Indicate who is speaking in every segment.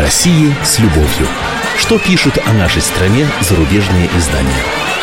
Speaker 1: России с любовью. Что пишут о нашей стране зарубежные издания?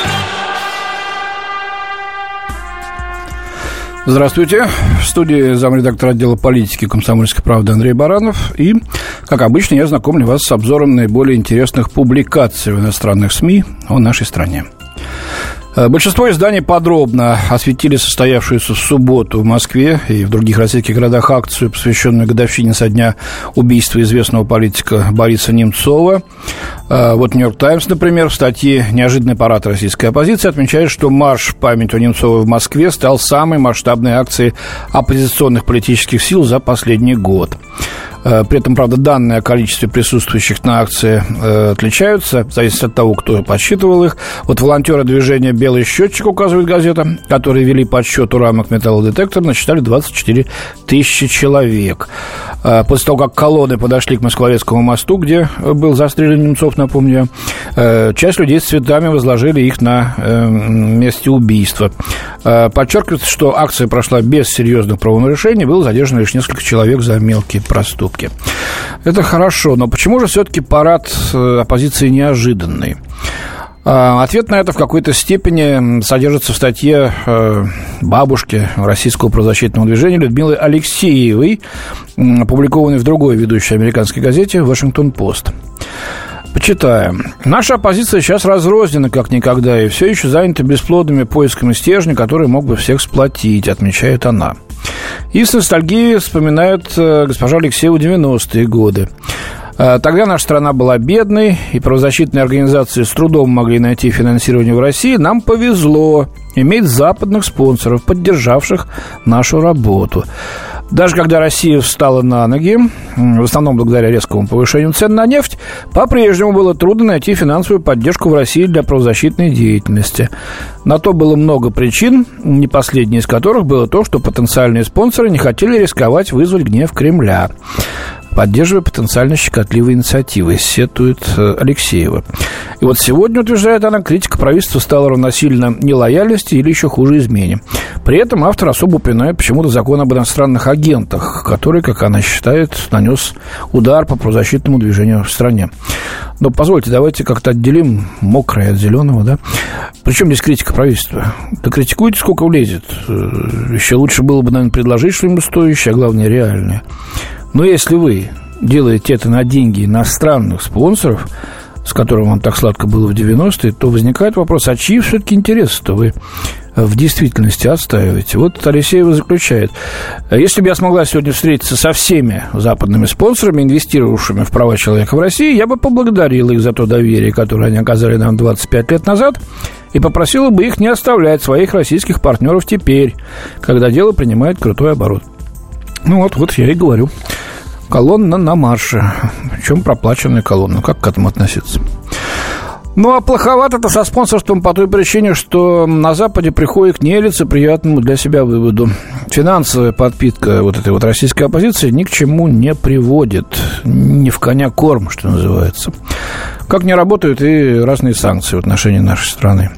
Speaker 2: Здравствуйте. В студии замредактора отдела политики «Комсомольской правды» Андрей Баранов. И, как обычно, я знакомлю вас с обзором наиболее интересных публикаций в иностранных СМИ о нашей стране. Большинство изданий подробно осветили состоявшуюся в субботу в Москве и в других российских городах акцию, посвященную годовщине со дня убийства известного политика Бориса Немцова. Вот «Нью-Йорк Таймс», например, в статье «Неожиданный парад российской оппозиции» отмечает, что марш в память о Немцове в Москве стал самой масштабной акцией оппозиционных политических сил за последний год. При этом, правда, данные о количестве присутствующих на акции отличаются, в зависимости от того, кто подсчитывал их. Вот волонтеры движения «Белый счетчик», указывает газета, которые вели подсчет рамок металлодетектора, насчитали 24 тысячи человек. После того, как колонны подошли к Москворецкому мосту, где был застрелен Немцов, напомню, часть людей с цветами возложили их на месте убийства. Подчеркивается, что акция прошла без серьезных правонарушений, было задержано лишь несколько человек за мелкие проступки. Это хорошо, но почему же все-таки парад оппозиции неожиданный? Ответ на это в какой-то степени содержится в статье бабушки российского правозащитного движения Людмилы Алексеевой, опубликованной в другой ведущей американской газете «Вашингтон-Пост». Почитаем. Наша оппозиция сейчас разрознена как никогда и все еще занята бесплодными поисками стержня, который мог бы всех сплотить, отмечает она. И с ностальгией вспоминает госпожа Алексеева 90-е годы. Тогда наша страна была бедной, и правозащитные организации с трудом могли найти финансирование в России. Нам повезло иметь западных спонсоров, поддержавших нашу работу. Даже когда Россия встала на ноги, в основном благодаря резкому повышению цен на нефть, по-прежнему было трудно найти финансовую поддержку в России для правозащитной деятельности. На то было много причин, не последней из которых было то, что потенциальные спонсоры не хотели рисковать вызвать гнев Кремля, поддерживая потенциально щекотливые инициативы, сетует Алексеева. И вот сегодня, утверждает она, критика правительства стала равносильно нелояльности или еще хуже измене. При этом автор особо упоминает почему-то закон об иностранных агентах, который, как она считает, нанес удар по правозащитному движению в стране. Но позвольте, давайте как-то отделим мокрое от зеленого, да? Причем здесь критика правительства? Да критикуйте, сколько влезет. Еще лучше было бы, наверное, предложить что-нибудь стоящее, а главное, реальное. Но если вы делаете это на деньги иностранных спонсоров, с которым вам так сладко было в 90-е, то возникает вопрос, а чьи все-таки интересы-то вы в действительности отстаиваете? Вот Алексеева заключает: если бы я смогла сегодня встретиться со всеми западными спонсорами, инвестировавшими в права человека в России, я бы поблагодарила их за то доверие, которое они оказали нам 25 лет назад, и попросила бы их не оставлять своих российских партнеров теперь, когда дело принимает крутой оборот. Ну вот я и говорю. Колонна на марше. Причем проплаченная колонна. Как к этому относиться? Ну, а плоховато это со спонсорством по той причине, что на Западе приходит к нелицеприятному для себя выводу. Финансовая подпитка вот этой вот российской оппозиции ни к чему не приводит. Не в коня корм, что называется. Как не работают и разные санкции в отношении нашей страны.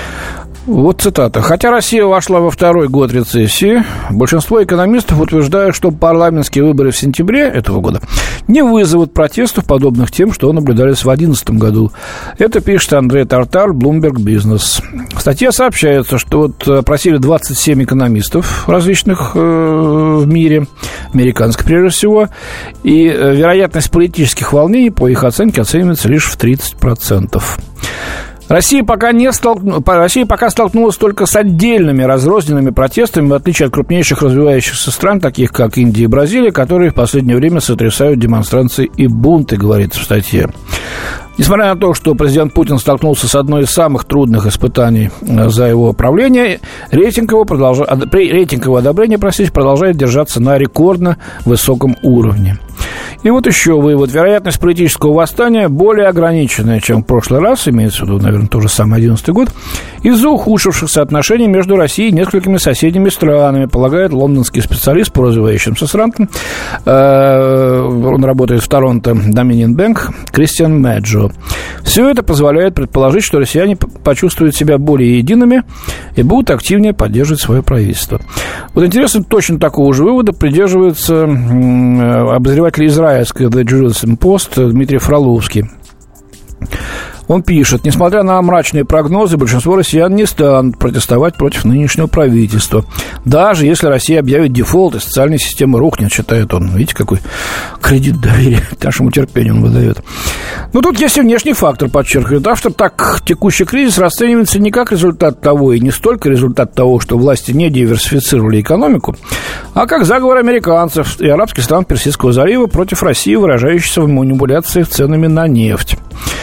Speaker 2: Вот цитата. «Хотя Россия вошла во второй год рецессии, большинство экономистов утверждают, что парламентские выборы в сентябре этого года не вызовут протестов, подобных тем, что наблюдались в 2011 году». Это пишет Андрей Тартар, Bloomberg Business. В статье сообщается, что вот опросили 27 экономистов различных в мире, американских прежде всего, и вероятность политических волнений, по их оценке, оценивается лишь в 30%. Россия пока столкнулась только с отдельными разрозненными протестами, в отличие от крупнейших развивающихся стран, таких как Индия и Бразилия, которые в последнее время сотрясают демонстрации и бунты, говорится в статье. Несмотря на то, что президент Путин столкнулся с одной из самых трудных испытаний за его правление, рейтинг его одобрения, продолжает держаться на рекордно высоком уровне. И вот еще вывод. Вероятность политического восстания более ограниченная, чем в прошлый раз, имеется в виду, наверное, тот же самый 2011 год, из-за ухудшившихся отношений между Россией и несколькими соседними странами, полагает лондонский специалист по развивающимся странам. Он работает в Торонто Dominion Bank, Кристиан Мэджо. Все это позволяет предположить, что россияне почувствуют себя более едиными и будут активнее поддерживать свое правительство. Вот интересно, точно такого же вывода придерживается обозреватель обозреватель израильской The Jerusalem Post Дмитрий Фроловский. Он пишет: несмотря на мрачные прогнозы, большинство россиян не станут протестовать против нынешнего правительства. Даже если Россия объявит дефолт, и социальная система рухнет, считает он. Видите, какой кредит доверия нашему терпению он выдает. Но тут есть и внешний фактор, подчеркивает автор. Так, текущий кризис расценивается не как результат того, и не столько результат того, что власти не диверсифицировали экономику, а как заговор американцев и арабских стран Персидского залива против России, выражающийся в манипуляции ценами на нефть.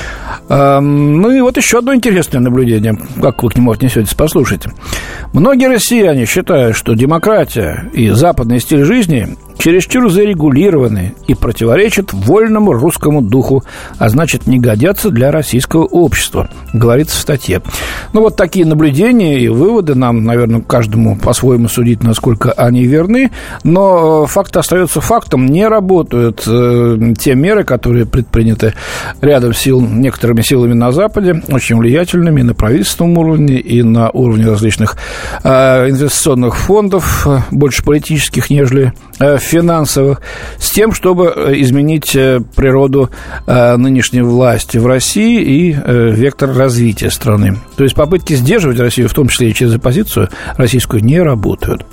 Speaker 2: Ну и вот еще одно интересное наблюдение. Как вы к нему отнесетесь, послушайте. Многие россияне считают, что демократия и западный стиль жизни чересчур зарегулированы и противоречат вольному русскому духу, а значит, не годятся для российского общества, говорится в статье. Ну, вот такие наблюдения и выводы. Нам, наверное, каждому по-своему судить, насколько они верны. Но факт остается фактом. Не работают те меры, которые предприняты рядом некоторыми силами на Западе, очень влиятельными и на правительственном уровне, и на уровне различных инвестиционных фондов, больше политических, нежели финансовых, с тем, чтобы изменить природу нынешней власти в России и вектор развития страны. То есть попытки сдерживать Россию, в том числе и через оппозицию российскую, не работают.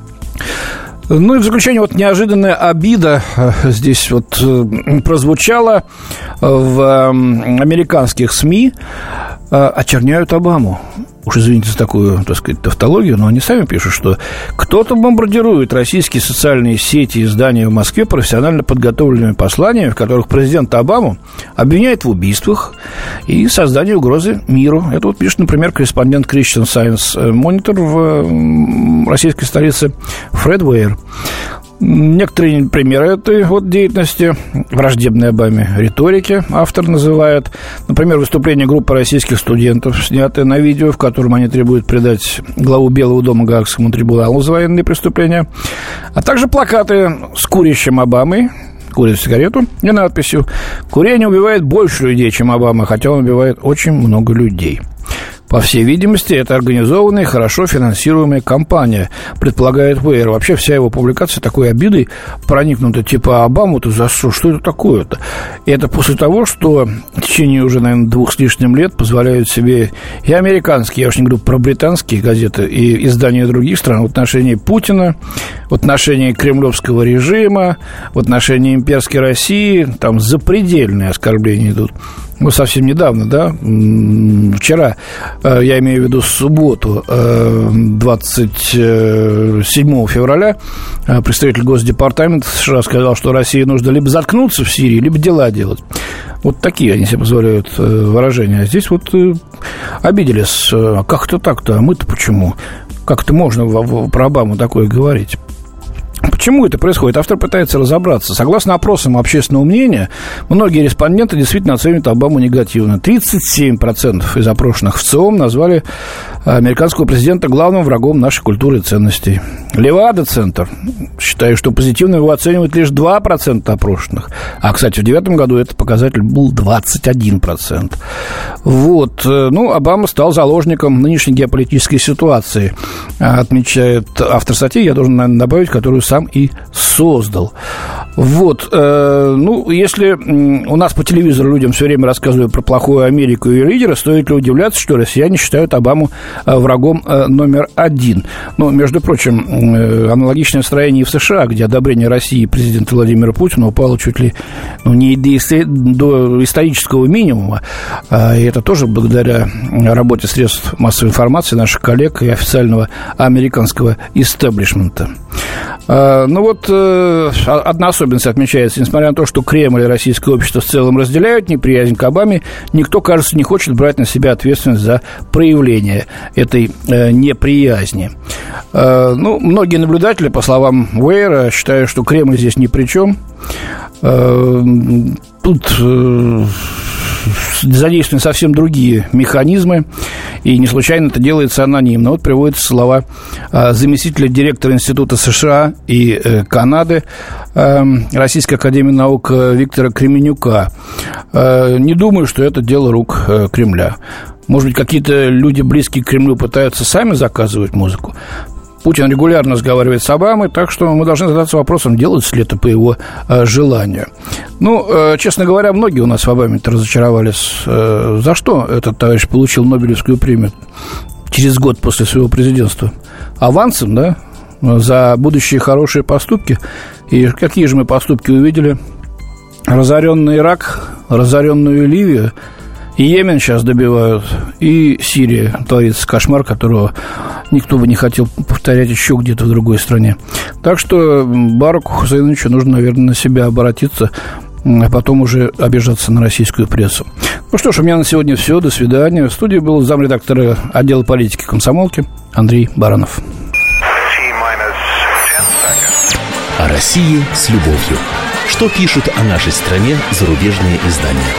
Speaker 2: Ну и в заключение вот неожиданная обида здесь вот прозвучала в американских СМИ. Очерняют Обаму. Уж извините за такую, так сказать, тавтологию, но они сами пишут, что кто-то бомбардирует российские социальные сети и издания в Москве профессионально подготовленными посланиями, в которых президент Обаму обвиняет в убийствах и создании угрозы миру. Это вот пишет, например, корреспондент Christian Science Monitor в российской столице Фред Уэйр. Некоторые примеры этой вот деятельности, враждебной Обаме риторики, автор называет. Например, выступление группы российских студентов, снятое на видео, в котором они требуют предать главу Белого дома Гаагскому трибуналу за военные преступления, а также плакаты с курящим Обамой, курит сигарету, и надписью: «Курение убивает больше людей, чем Обама, хотя он убивает очень много людей». По всей видимости, это организованная и хорошо финансируемая кампания, предполагает Уэйр. Вообще вся его публикация такой обидой проникнута, типа: Обаму-то за что? Что это такое-то? И это после того, что в течение уже, наверное, 2 с лишним лет позволяют себе и американские, я уж не говорю про британские газеты, и издания других стран в отношении Путина, в отношении кремлевского режима, в отношении имперской России, там запредельные оскорбления идут. Ну, совсем недавно, да, вчера, я имею в виду субботу, 27 февраля, представитель Госдепартамента США сказал, что России нужно либо заткнуться в Сирии, либо дела делать. Вот такие они себе позволяют выражения. А здесь вот обиделись. А как это так-то? А мы-то почему? Как это можно про Обаму такое говорить? Почему это происходит? Автор пытается разобраться. Согласно опросам общественного мнения, многие респонденты действительно оценивают Обаму негативно. 37% из опрошенных в ЦИОМ назвали американского президента главным врагом нашей культуры и ценностей. Левада-центр считает, что позитивно его оценивают лишь 2% опрошенных. А, кстати, в 2009 году этот показатель был 21%. Вот. Ну, Обама стал заложником нынешней геополитической ситуации, отмечает автор статьи, я должен, наверное, добавить, которую сам и создал. Вот. Ну, если у нас по телевизору людям все время рассказывают про плохую Америку и ее лидера, стоит ли удивляться, что россияне считают Обаму врагом номер 1. Ну, между прочим, аналогичное настроение и в США, где одобрение России президента Владимира Путина упало чуть ли не до исторического минимума. И это тоже благодаря работе средств массовой информации, наших коллег и официального американского истеблишмента. Ну вот, одна особенность отмечается. Несмотря на то, что Кремль и российское общество в целом разделяют неприязнь к Обаме, никто, кажется, не хочет брать на себя ответственность за проявление этой неприязни. Ну, многие наблюдатели, по словам Уэйра, считают, что Кремль здесь ни при чем. Тут задействованы совсем другие механизмы, и не случайно это делается анонимно. Вот приводятся слова заместителя директора Института США и Канады Российской академии наук Виктора Кременюка. Не думаю, что это дело рук Кремля. Может быть, какие-то люди, близкие к Кремлю, пытаются сами заказывать музыку? Путин регулярно разговаривает с Обамой, так что мы должны задаться вопросом, делается ли это по его желанию. Честно говоря, многие у нас в Обаме-то разочаровались. За что этот товарищ получил Нобелевскую премию через год после своего президентства? Авансом, да? За будущие хорошие поступки. И какие же мы поступки увидели? Разоренный Ирак, разоренную Ливию, и Йемен сейчас добивают, и Сирия творится кошмар, которого никто бы не хотел повторять еще где-то в другой стране. Так что Бараку Хусейновичу нужно, наверное, на себя обратиться, а потом уже обижаться на российскую прессу. Ну что ж, у меня на сегодня все. До свидания. В студии был замредактора отдела политики комсомолки Андрей Баранов.
Speaker 1: О России с любовью. Что пишут о нашей стране зарубежные издания?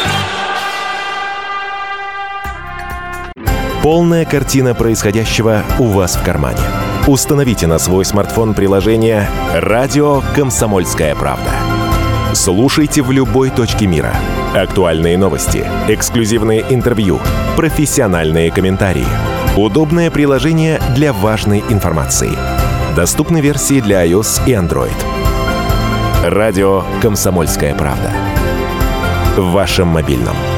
Speaker 3: Полная картина происходящего у вас в кармане. Установите на свой смартфон приложение «Радио Комсомольская правда». Слушайте в любой точке мира. Актуальные новости, эксклюзивные интервью, профессиональные комментарии. Удобное приложение для важной информации. Доступны версии для iOS и Android. Радио «Комсомольская правда». В вашем мобильном.